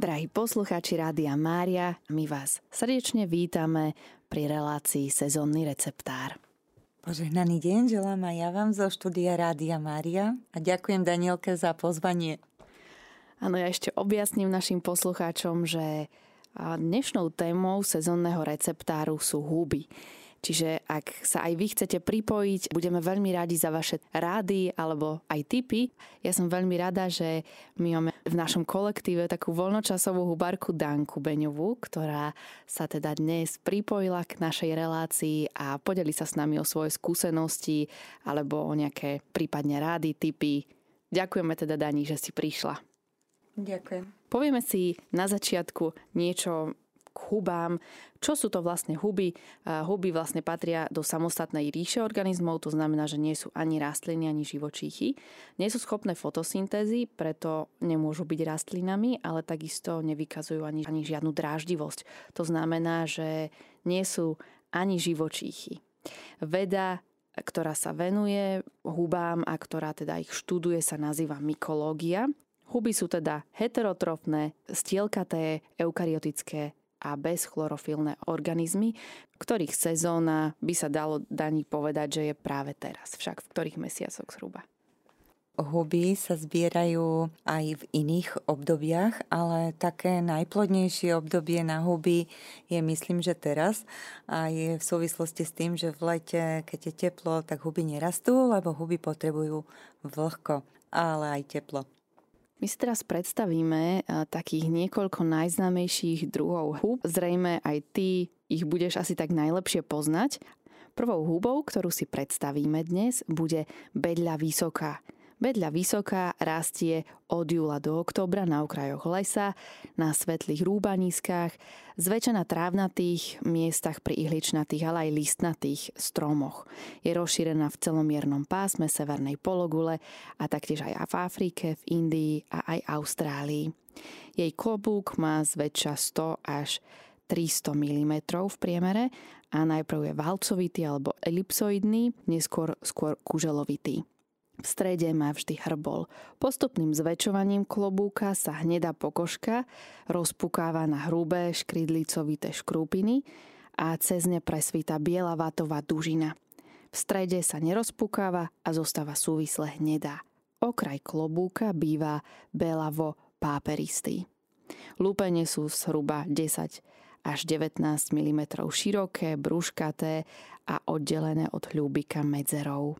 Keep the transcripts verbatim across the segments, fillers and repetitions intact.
Drahí poslucháči Rádia Mária, my vás srdečne vítame pri relácii Sezónny receptár. Požehnaný deň želám aj ja vám zo štúdia Rádia Mária a ďakujem Danielke za pozvanie. Áno, ja ešte objasním našim poslucháčom, že dnešnou témou sezónneho receptáru sú huby. Čiže ak sa aj vy chcete pripojiť, budeme veľmi radi za vaše rády alebo aj tipy. Ja som veľmi rada, že my máme v našom kolektíve takú voľnočasovú hubarku Danku Beňovú, ktorá sa teda dnes pripojila k našej relácii a podeli sa s nami o svoje skúsenosti alebo o nejaké prípadne rády, tipy. Ďakujeme teda, Dani, že si prišla. Ďakujem. Povieme si na začiatku niečo k hubám. Čo sú to vlastne huby? Huby vlastne patria do samostatnej ríše organizmov, to znamená, že nie sú ani rastliny, ani živočíchy. Nie sú schopné fotosyntézy, preto nemôžu byť rastlinami, ale takisto nevykazujú ani, ani žiadnu dráždivosť. To znamená, že nie sú ani živočíchy. Veda, ktorá sa venuje hubám a ktorá teda ich študuje, sa nazýva mykológia. Huby sú teda heterotrofné, stielkaté, eukaryotické a bezchlorofilné organizmy, ktorých sezóna by sa dalo, Dani, povedať, že je práve teraz. Však v ktorých mesiacoch zhruba? Huby sa zbierajú aj v iných obdobiach, ale také najplodnejšie obdobie na huby je, myslím, že teraz. A je v súvislosti s tým, že v lete, keď je teplo, tak huby nerastú, lebo huby potrebujú vlhko, ale aj teplo. My si teraz predstavíme takých niekoľko najznámejších druhov húb. Zrejme aj ty ich budeš asi tak najlepšie poznať. Prvou húbou, ktorú si predstavíme dnes, bude bedľa vysoká. Bedľa vysoká rastie od júla do októbra na okrajoch lesa, na svetlých rúbaniskách, zväčša na trávnatých miestach pri ihličnatých, ale aj listnatých stromoch. Je rozšírená v celomiernom pásme severnej pologule a taktiež aj v Afrike, v Indii a aj Austrálii. Jej klobúk má zväčša sto až tristo milimetrov v priemere a najprv je valcovitý alebo elipsoidný, neskôr skôr kuželovitý. V strede má vždy hrbol. Postupným zväčšovaním klobúka sa hnedá pokožka rozpukáva na hrubé škrydlicovité škrúpiny a cez ne presvíta biela vátová dužina. V strede sa nerozpukáva a zostáva súvisle hnedá. Okraj klobúka býva belavo páperistý. Lúpene sú zhruba desať až devätnásť milimetrov široké, brúškaté a oddelené od hľúbika medzerou.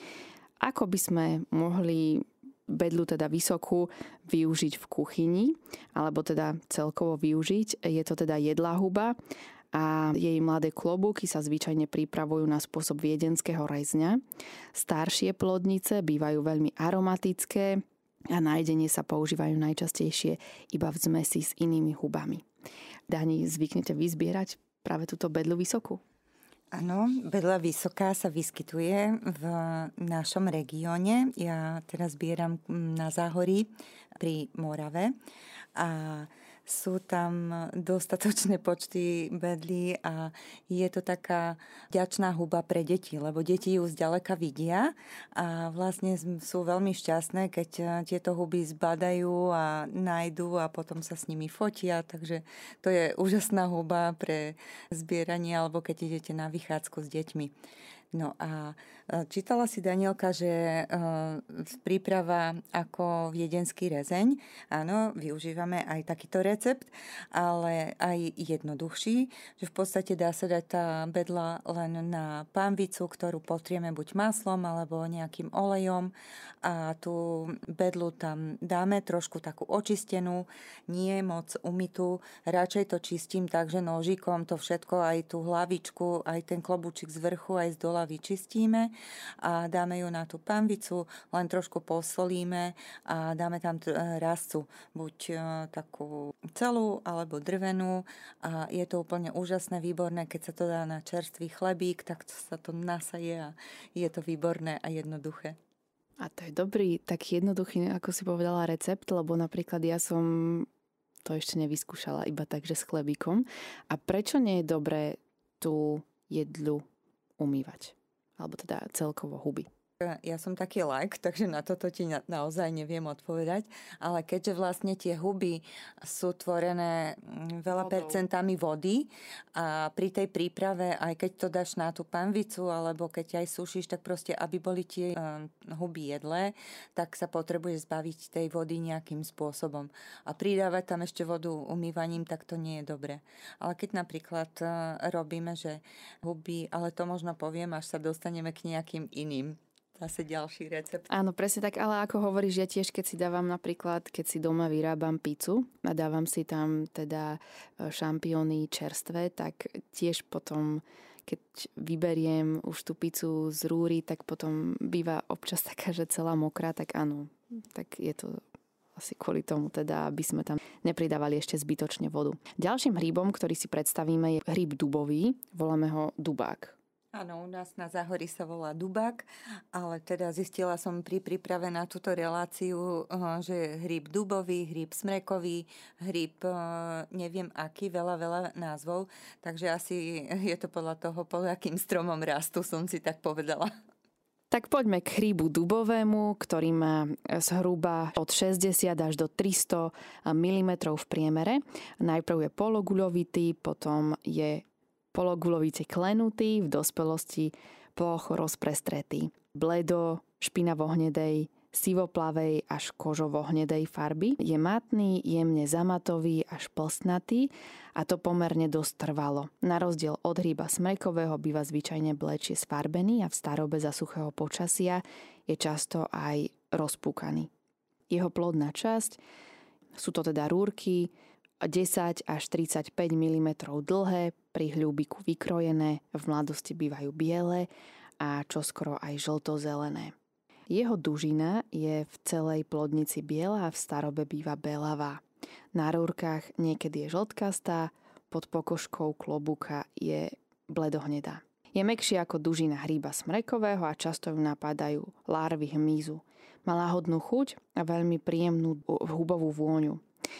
Ako by sme mohli bedľu teda vysokú využiť v kuchyni, alebo teda celkovo využiť? Je to teda jedlá huba a jej mladé klobúky sa zvyčajne pripravujú na spôsob viedenského rezňa. Staršie plodnice bývajú veľmi aromatické a na jedenie sa používajú najčastejšie iba v zmesi s inými hubami. Dani, zvyknete vyzbierať práve túto bedľu vysokú? Áno, bedľa vysoká sa vyskytuje v našom regióne. Ja teraz zbieram na Záhorí pri Morave a sú tam dostatočné počty bedlí a je to taká vďačná huba pre deti, lebo deti ju zďaleka vidia a vlastne sú veľmi šťastné, keď tieto huby zbadajú a nájdu a potom sa s nimi fotia, takže to je úžasná huba pre zbieranie alebo keď idete na vychádzku s deťmi. No a čítala si, Danielka, že príprava ako viedenský rezeň, áno, využívame aj takýto recept, ale aj jednoduchší, že v podstate dá sa dať tá bedľa len na pánvicu, ktorú potrieme buď maslom alebo nejakým olejom a tú bedľu tam dáme trošku takú očistenú, nie moc umytú, radšej to čistím tak, že nožikom to všetko, aj tú hlavičku, aj ten klobúčik z vrchu, aj z dola vyčistíme a dáme ju na tú panvicu, len trošku posolíme a dáme tam rastcu, buď takú celú alebo drvenú a je to úplne úžasné, výborné, keď sa to dá na čerstvý chlebík, tak sa to nasaje a je to výborné a jednoduché. A to je dobrý, tak jednoduchý, ako si povedala, recept, lebo napríklad ja som to ešte nevyskúšala iba tak, že s chlebíkom. A prečo nie je dobré tú jedlu umývať? Alebo teda celkovo huby? Ja som taký like, takže na toto ti na, naozaj neviem odpovedať, ale keďže vlastne tie huby sú tvorené veľa Vodou. percentami vody a pri tej príprave, aj keď to dáš na tú panvicu, alebo keď aj sušíš, tak proste, aby boli tie um, huby jedlé, tak sa potrebuje zbaviť tej vody nejakým spôsobom. A pridávať tam ešte vodu umývaním, tak to nie je dobre. Ale keď napríklad uh, robíme, že huby, ale to možno poviem, až sa dostaneme k nejakým iným. Zase ďalší recept. Áno, presne tak, ale ako hovoríš, ja tiež, keď si dávam napríklad, keď si doma vyrábam pizzu a dávam si tam teda šampióny čerstvé, tak tiež potom, keď vyberiem už tú pizzu z rúry, tak potom býva občas taká, že celá mokrá, tak áno, tak je to asi kvôli tomu teda, aby sme tam nepridávali ešte zbytočne vodu. Ďalším hríbom, ktorý si predstavíme, je hríb dubový, voláme ho dubák. Áno, u nás na Záhorí sa volá dubák, ale teda zistila som pri príprave na túto reláciu, že hríb dubový, hríb smrekový, hríb neviem aký, veľa, veľa názvov, takže asi je to podľa toho, pod akým stromom rastu, som si tak povedala. Tak poďme k hríbu dubovému, ktorý má zhruba od šesťdesiat až do tristo milimetrov v priemere. Najprv je pologuľovitý, potom je pologuľovite klenutý, v dospelosti plocho rozprestretý. Bledo, špinavo-hnedej, sivoplavej až kožovo-hnedej farby. Je matný, jemne zamatový až plstnatý a to pomerne dosť trvalo. Na rozdiel od hríba smrekového býva zvyčajne blečie sfarbený a v starobe za suchého počasia je často aj rozpúkaný. Jeho plodná časť sú to teda rúrky, desať až tridsaťpäť milimetrov dlhé, pri hľúbiku vykrojené, v mladosti bývajú biele a čoskoro aj žlto-zelené. Jeho dužina je v celej plodnici biela a v starobe býva belavá. Na rúrkach niekedy je žltkastá, pod pokožkou klobúka je bledohnedá. Je mäkšia ako dužina hríba smrekového a často ju napadajú larvy hmyzu. Má lahodnú chuť a veľmi príjemnú hubovú vôňu.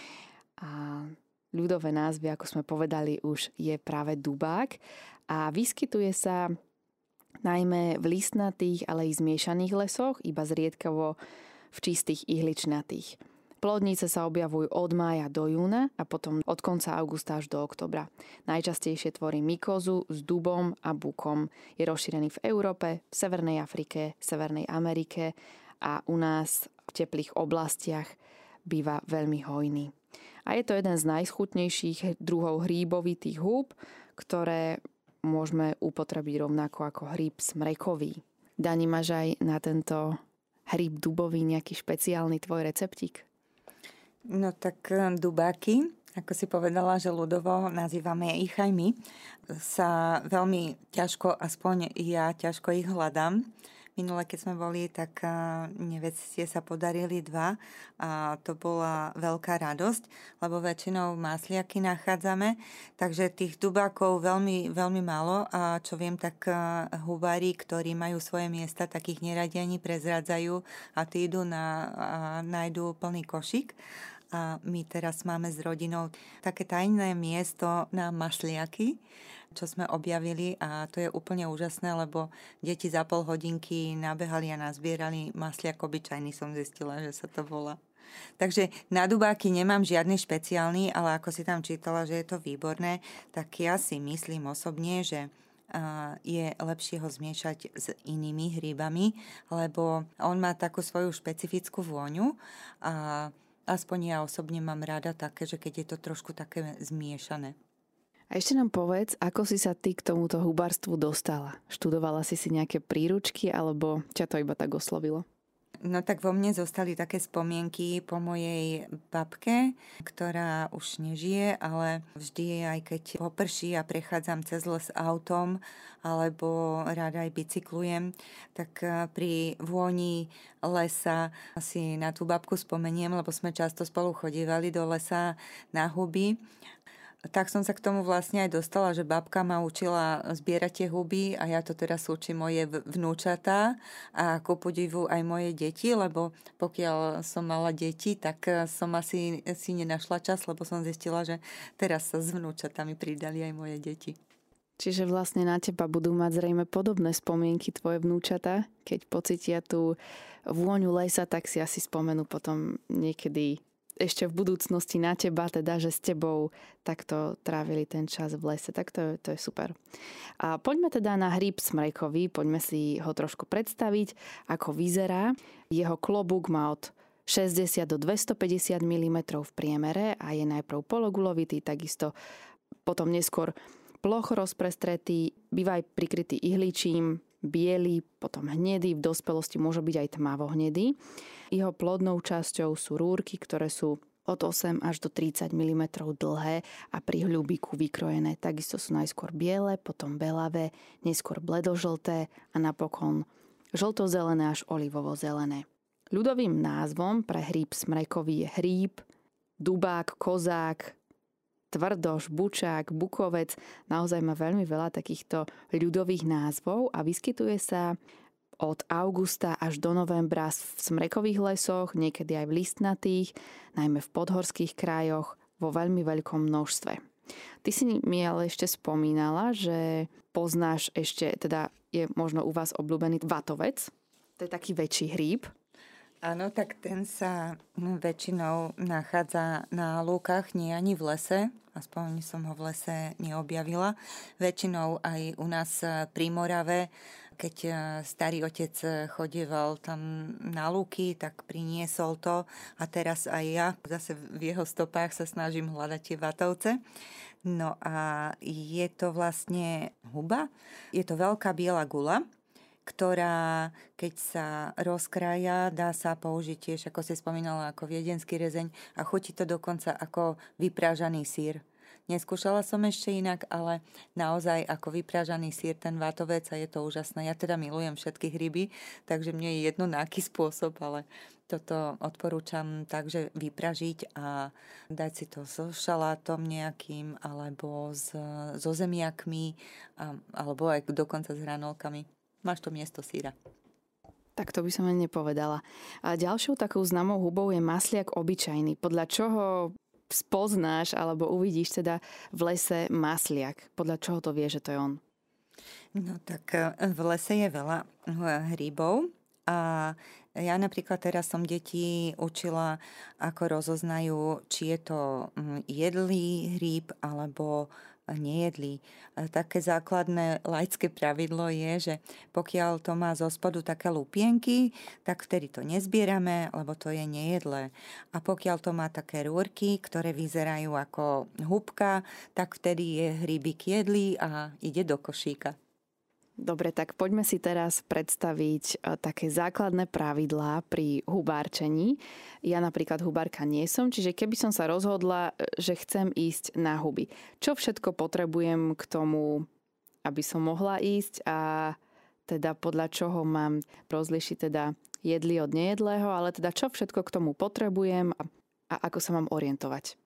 A ľudové názvy, ako sme povedali, už je práve dubák a vyskytuje sa najmä v listnatých, ale i zmiešaných lesoch, iba zriedkavo v čistých ihličnatých. Plodnice sa objavujú od mája do júna a potom od konca augusta až do októbra. Najčastejšie tvorí mykózu s dubom a bukom. Je rozšírený v Európe, v Severnej Afrike, Severnej Amerike a u nás v teplých oblastiach býva veľmi hojný. A je to jeden z najschutnejších druhov hríbovitých húb, ktoré môžeme upotrebiť rovnako ako hríb smrekový. Dani, máš aj na tento hríb dubový nejaký špeciálny tvoj receptík? No tak dubáky, ako si povedala, že ľudovo nazývame ich aj my, sa veľmi ťažko, aspoň ja ťažko ich hľadám. Minule, keď sme boli, tak nevestie sa podarili dva a to bola veľká radosť, lebo väčšinou masliaky nachádzame, takže tých dubákov veľmi, veľmi málo a čo viem, tak hubári, ktorí majú svoje miesta, takých neradi ani prezradzajú a tí idú na, a nájdú plný košík. A my teraz máme s rodinou také tajné miesto na masliaky, čo sme objavili a to je úplne úžasné, lebo deti za pol hodinky nabehali a nazbierali masliak obyčajný, som zistila, že sa to volá. Takže na dubáky nemám žiadny špeciálny, ale ako si tam čítala, že je to výborné, tak ja si myslím osobne, že je lepšie ho zmiešať s inými hríbami, lebo on má takú svoju špecifickú vôňu a aspoň ja osobne mám rada také, že keď je to trošku také zmiešané. A ešte nám povedz, ako si sa ty k tomuto hubárstvu dostala? Študovala si si nejaké príručky, alebo ťa to iba tak oslovilo? No tak vo mne zostali také spomienky po mojej babke, ktorá už nežije, ale vždy, aj keď poprší a prechádzam cez les autom, alebo rada aj bicyklujem, tak pri vôni lesa si na tú babku spomeniem, lebo sme často spolu chodívali do lesa na huby. Tak som sa k tomu vlastne aj dostala, že babka ma učila zbierať tie huby a ja to teraz učím moje vnúčatá a ku podivu aj moje deti, lebo pokiaľ som mala deti, tak som asi si nenašla čas, lebo som zistila, že teraz sa s vnúčatami pridali aj moje deti. Čiže vlastne na teba budú mať zrejme podobné spomienky tvoje vnúčata. Keď pocítia tú vôňu lesa, tak si asi spomenú potom niekedy ešte v budúcnosti na teba, teda, že s tebou takto trávili ten čas v lese. Tak to, to je super. A poďme teda na hríb smrekový, poďme si ho trošku predstaviť, ako vyzerá. Jeho klobúk má od šesťdesiat do dvestopäťdesiat milimetrov v priemere a je najprv pologulovitý, takisto potom neskôr plocho rozprestretý, býva aj prikrytý ihličím, biely, potom hnedý, v dospelosti môže byť aj tmavo hnedý. Jeho plodnou časťou sú rúrky, ktoré sú od osem až do tridsať milimetrov dlhé a pri hľubíku vykrojené. Takisto sú najskôr biele, potom belavé, neskôr bledožlté a napokon žltozelené až olivovo-zelené. Ľudovým názvom pre hríb smrekový je hríb, dubák, kozák, tvrdoš, bučák, bukovec. Naozaj má veľmi veľa takýchto ľudových názvov a vyskytuje sa od augusta až do novembra v smrekových lesoch, niekedy aj v listnatých, najmä v podhorských krajoch, vo veľmi veľkom množstve. Ty si mi ale ešte spomínala, že poznáš ešte, teda je možno u vás obľúbený vatovec. To je taký väčší hríb. Áno, tak ten sa väčšinou nachádza na lúkach, nie ani v lese. Aspoň som ho v lese neobjavila. Väčšinou aj u nás pri Morave, keď starý otec chodieval tam na lúky, tak priniesol to a teraz aj ja zase v jeho stopách sa snažím hľadať tie vatovce. No a je to vlastne huba, je to veľká biela guľa, ktorá, keď sa rozkrája, dá sa použiť tiež, ako si spomínala, ako viedenský rezeň a chutí to dokonca ako vyprážaný syr. Neskúšala som ešte inak, ale naozaj ako vyprážaný syr ten vatovec a je to úžasné. Ja teda milujem všetky hryby, takže mne je jedno na aký spôsob, ale toto odporúčam takže vypražiť a dať si to so šalátom nejakým alebo s, so zemiakmi a, alebo aj dokonca s hranolkami. Máš to miesto syra. Tak to by som ani nepovedala. A ďalšou takou známou hubou je masliak obyčajný. Podľa čoho spoznáš alebo uvidíš teda v lese masliak? Podľa čoho to vie, že to je on? No tak v lese je veľa hríbov a ja napríklad teraz som deti učila, ako rozoznajú, či je to jedlý hríb alebo nejedlí. Také základné laické pravidlo je, že pokiaľ to má zo spodu také lupienky, tak vtedy to nezbierame, lebo to je nejedlé. A pokiaľ to má také rúrky, ktoré vyzerajú ako húbka, tak vtedy je hríbik jedlý a ide do košíka. Dobre, tak poďme si teraz predstaviť také základné pravidlá pri hubárčení. Ja napríklad hubárka nie som, čiže keby som sa rozhodla, že chcem ísť na huby, čo všetko potrebujem k tomu, aby som mohla ísť a teda podľa čoho mám rozlišiť teda jedlý od nejedlého, ale teda čo všetko k tomu potrebujem a, a ako sa mám orientovať?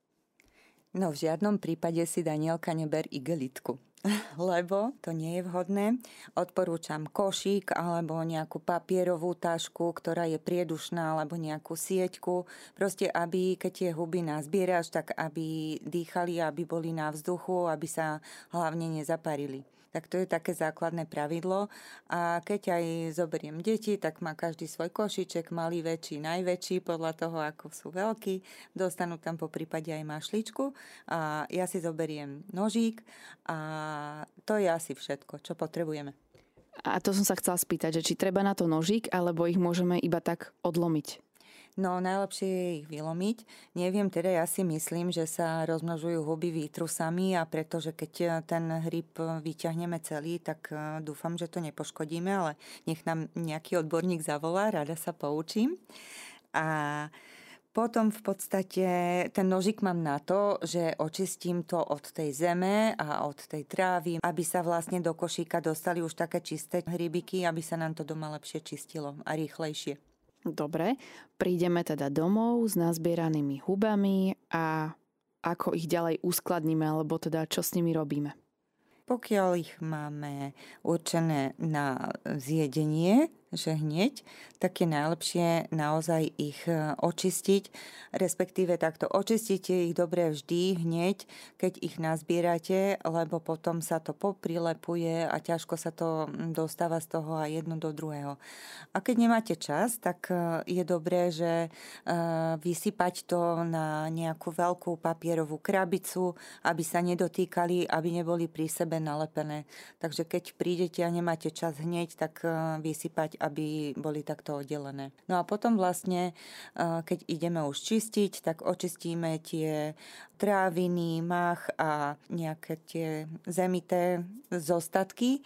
No v žiadnom prípade si, Danielka, neber igelitku, lebo to nie je vhodné. Odporúčam košík alebo nejakú papierovú tašku, ktorá je priedušná, alebo nejakú sieťku. Proste, aby keď tie huby nazbieraš, tak aby dýchali, aby boli na vzduchu, aby sa hlavne nezaparili. Tak to je také základné pravidlo. A keď aj zoberiem deti, tak má každý svoj košiček, malý, väčší, najväčší, podľa toho, ako sú veľkí. Dostanú tam po prípade aj mašličku. A ja si zoberiem nožík a to je asi všetko, čo potrebujeme. A to som sa chcela spýtať, že či treba na to nožík, alebo ich môžeme iba tak odlomiť? No, najlepšie je ich vylomiť. Neviem, teda ja si myslím, že sa rozmnožujú huby výtrusami a pretože keď ten hríb vyťahneme celý, tak dúfam, že to nepoškodíme, ale nech nám nejaký odborník zavolá, rada sa poučím. A potom v podstate ten nožík mám na to, že očistím to od tej zeme a od tej trávy, aby sa vlastne do košíka dostali už také čisté hríbiky, aby sa nám to doma lepšie čistilo a rýchlejšie. Dobre, prídeme teda domov s nazbieranými hubami a ako ich ďalej uskladníme, alebo teda čo s nimi robíme? Pokiaľ ich máme určené na zjedenie, že hneď, tak je najlepšie naozaj ich očistiť, respektíve takto očistíte ich dobre vždy hneď, keď ich nazbierate, lebo potom sa to poprilepuje a ťažko sa to dostáva z toho aj jedno do druhého. A keď nemáte čas, tak je dobré, že vysypať to na nejakú veľkú papierovú krabicu, aby sa nedotýkali, aby neboli pri sebe nalepené. Takže keď prídete a nemáte čas hneď, tak vysypať, aby boli takto oddelené. No a potom vlastne, keď ideme už čistiť, tak očistíme tie tráviny, mach a nejaké tie zemité zostatky.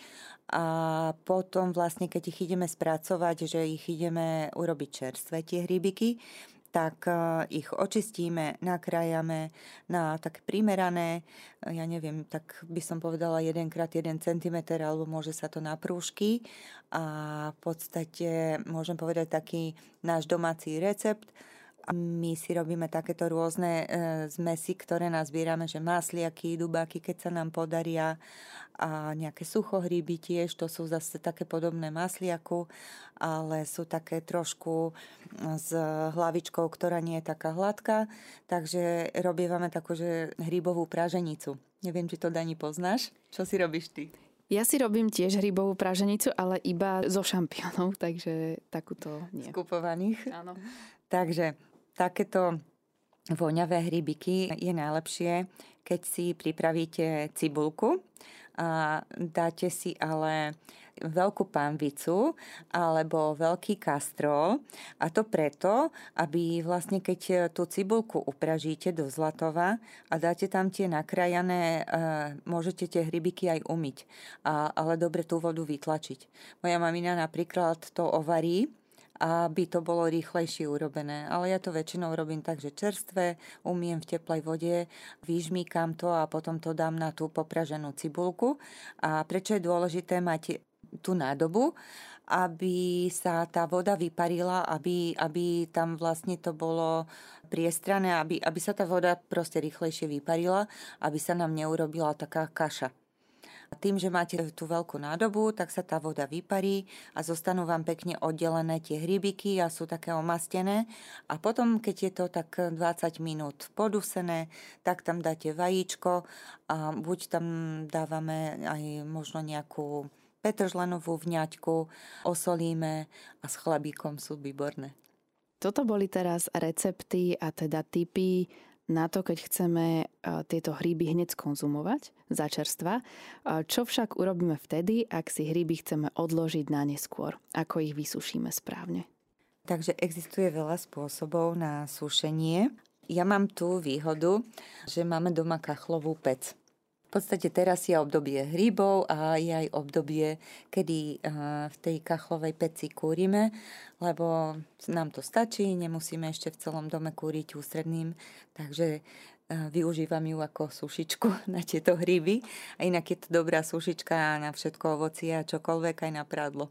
A potom vlastne, keď ich ideme spracovať, že ich ideme urobiť čerstvé, tie hríbiky, tak ich očistíme, nakrájame na tak primerané, ja neviem, tak by som povedala jeden krát jeden centimeter, alebo môže sa to na prúžky. A v podstate môžem povedať taký náš domáci recept. My si robíme takéto rôzne e, zmesy, ktoré nazbierame, že masliaky, dubáky, keď sa nám podaria, a nejaké suchohríby tiež, to sú zase také podobné masliaku, ale sú také trošku s hlavičkou, ktorá nie je taká hladká, takže robívame takú, že hríbovú praženicu. Neviem, či to, Dani, poznáš? Čo si robíš ty? Ja si robím tiež hríbovú praženicu, ale iba zo šampiónov, takže takúto nie. Skupovaných? Áno. Takže takéto voňavé hríbiky je najlepšie, keď si pripravíte cibulku a dáte si ale veľkú panvicu alebo veľký kastrol, a to preto, aby vlastne keď tú cibulku upražíte do zlatova a dáte tam tie nakrájané, môžete tie hrybiky aj umyť, ale dobre tú vodu vytlačiť. Moja mamina napríklad to ovarí, aby to bolo rýchlejšie urobené. Ale ja to väčšinou robím tak, že čerstvé, umiem v teplej vode, vyžmýkam to a potom to dám na tú popraženú cibulku. A prečo je dôležité mať tú nádobu? Aby sa tá voda vyparila, aby, aby tam vlastne to bolo priestrané, aby, aby sa tá voda proste rýchlejšie vyparila, aby sa nám neurobila taká kaša. Tým, že máte tú veľkú nádobu, tak sa tá voda vyparí a zostanú vám pekne oddelené tie hríbiky a sú také omastené. A potom, keď je to tak dvadsať minút podusené, tak tam dáte vajíčko a buď tam dávame aj možno nejakú petržlenovú vňaťku, osolíme a s chlebíkom sú výborné. Toto boli teraz recepty a teda tipy na to, keď chceme tieto hríby hneď skonzumovať za čerstva. Čo však urobíme vtedy, ak si hríby chceme odložiť na neskôr? Ako ich vysušíme správne? Takže existuje veľa spôsobov na sušenie. Ja mám tú výhodu, že máme doma kachlovú pec. V podstate teraz je obdobie hríbov a je aj obdobie, kedy v tej kachlovej peci kúrime, lebo nám to stačí, nemusíme ešte v celom dome kúriť ústredným, takže využívam ju ako sušičku na tieto hríby. A inak je to dobrá sušička na všetko ovocie a čokoľvek, aj na prádlo.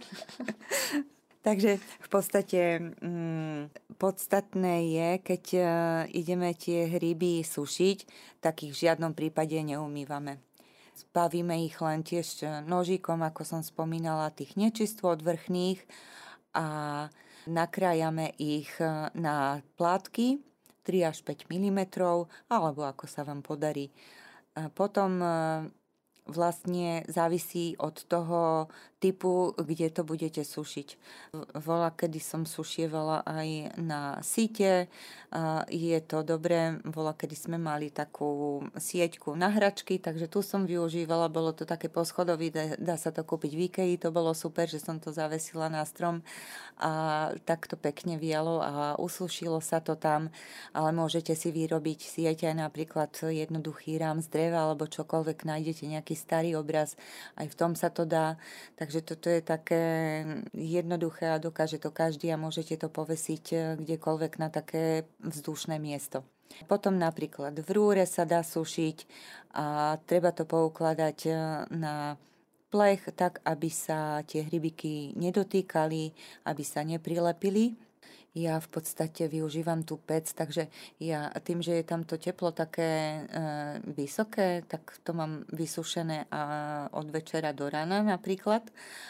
Takže v podstate mm, podstatné je, keď uh, ideme tie hríby sušiť, tak ich v žiadnom prípade neumývame. Zbavíme ich len tiež nožíkom, ako som spomínala, tých nečistôt vrchných a nakrájame ich na plátky tri až päť milimetrov, alebo ako sa vám podarí. A potom uh, vlastne závisí od toho typu, kde to budete sušiť. Voľa, kedy som sušievala aj na síte, je to dobré, voľa, kedy sme mali takú sieťku na hračky, takže tu som využívala, bolo to také poschodové, dá sa to kúpiť v Ikei, to bolo super, že som to zavesila na strom a tak to pekne vialo a usušilo sa to tam, ale môžete si vyrobiť sieť aj napríklad jednoduchý rám z dreva alebo čokoľvek, nájdete nejaký starý obraz, aj v tom sa to dá. Takže toto je také jednoduché a dokáže to každý a môžete to povesiť kdekoľvek na také vzdušné miesto. Potom napríklad v rúre sa dá sušiť a treba to poukladať na plech tak, aby sa tie hrybiky nedotýkali, aby sa neprilepili. ja v podstate využívam tú pec, takže ja tým, že je tam to teplo také e, vysoké, tak to mám vysušené a od večera do rána napríklad.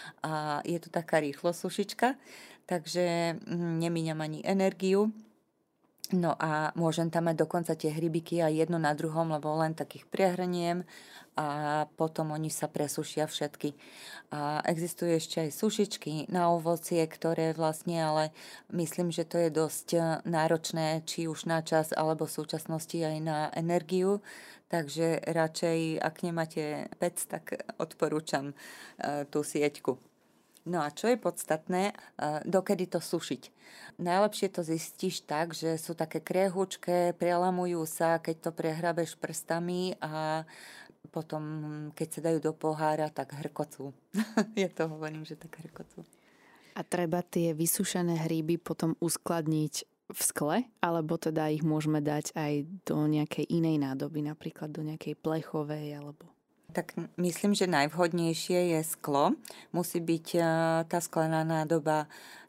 A je to taká rýchlo sušička, takže nemíňam ani energiu. No a môžem tam mať dokonca tie hrybiky aj jedno na druhom, lebo len takých prehrniem a potom oni sa presušia všetky. A existujú ešte aj sušičky na ovocie, ktoré vlastne, ale myslím, že to je dosť náročné, či už na čas, alebo v súčasnosti aj na energiu. Takže radšej, ak nemáte pec, tak odporúčam tú sieťku. No a čo je podstatné, dokedy to sušiť. Najlepšie to zistíš tak, že sú také kriehučké, prelamujú sa, keď to prehrabeš prstami a potom, keď sa dajú do pohára, tak hrkocú. Ja to hovorím, že tak hrkocú. A treba tie vysušené hríby potom uskladniť v skle, alebo teda ich môžeme dať aj do nejakej inej nádoby, napríklad do nejakej plechovej, alebo... Tak myslím, že najvhodnejšie je sklo. Musí byť tá sklená nádoba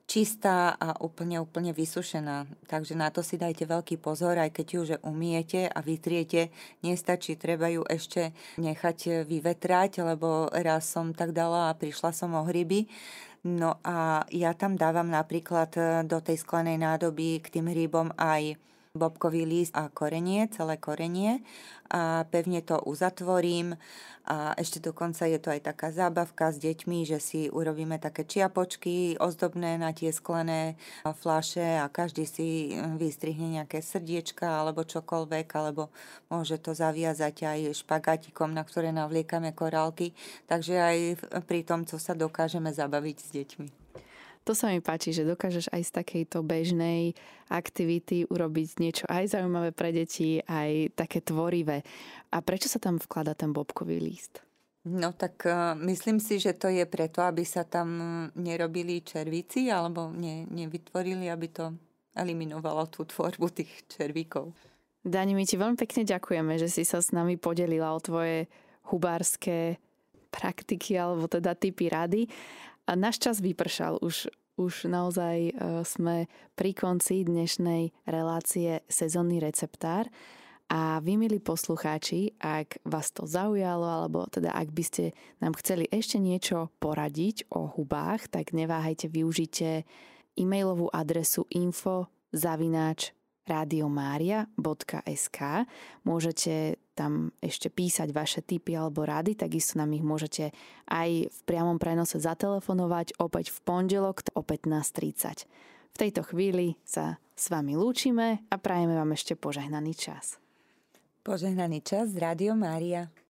čistá a úplne, úplne vysušená. Takže na to si dajte veľký pozor, aj keď ju že umiete a vytriete. Nestačí, treba ju ešte nechať vyvetrať, lebo raz som tak dala a prišla som o hryby. No a ja tam dávam napríklad do tej sklenej nádoby k tým hrybom aj bobkový list a korenie, celé korenie a pevne to uzatvorím a ešte dokonca je to aj taká zábavka s deťmi, že si urobíme také čiapočky ozdobné na tie sklené fľaše a každý si vystrihne nejaké srdiečka alebo čokoľvek, alebo môže to zaviazať aj špagátikom, na ktoré navliekame korálky, takže aj pri tom, co sa dokážeme zabaviť s deťmi. To sa mi páči, že dokážeš aj z takejto bežnej aktivity urobiť niečo aj zaujímavé pre deti, aj také tvorivé. A prečo sa tam vkladá ten bobkový list? No tak uh, myslím si, že to je preto, aby sa tam nerobili červíci alebo ne, nevytvorili, aby to eliminovalo tú tvorbu tých červíkov. Dani, my ti veľmi pekne ďakujeme, že si sa s nami podelila o tvoje hubárske praktiky alebo teda tipy rady. A náš čas vypršal, už, už naozaj uh, sme pri konci dnešnej relácie Sezónny receptár a vy, milí poslucháči, ak vás to zaujalo, alebo teda ak by ste nám chceli ešte niečo poradiť o hubách, tak neváhajte, využite e-mailovú adresu info zavináč radiomária bodka es ká. Môžete tam ešte písať vaše tipy alebo rady, takisto nám ich môžete aj v priamom prenose zatelefonovať opäť v pondelok o pätnásť tridsať. V tejto chvíli sa s vami lúčime a prajeme vám ešte požehnaný čas. Požehnaný čas z Rádio Mária.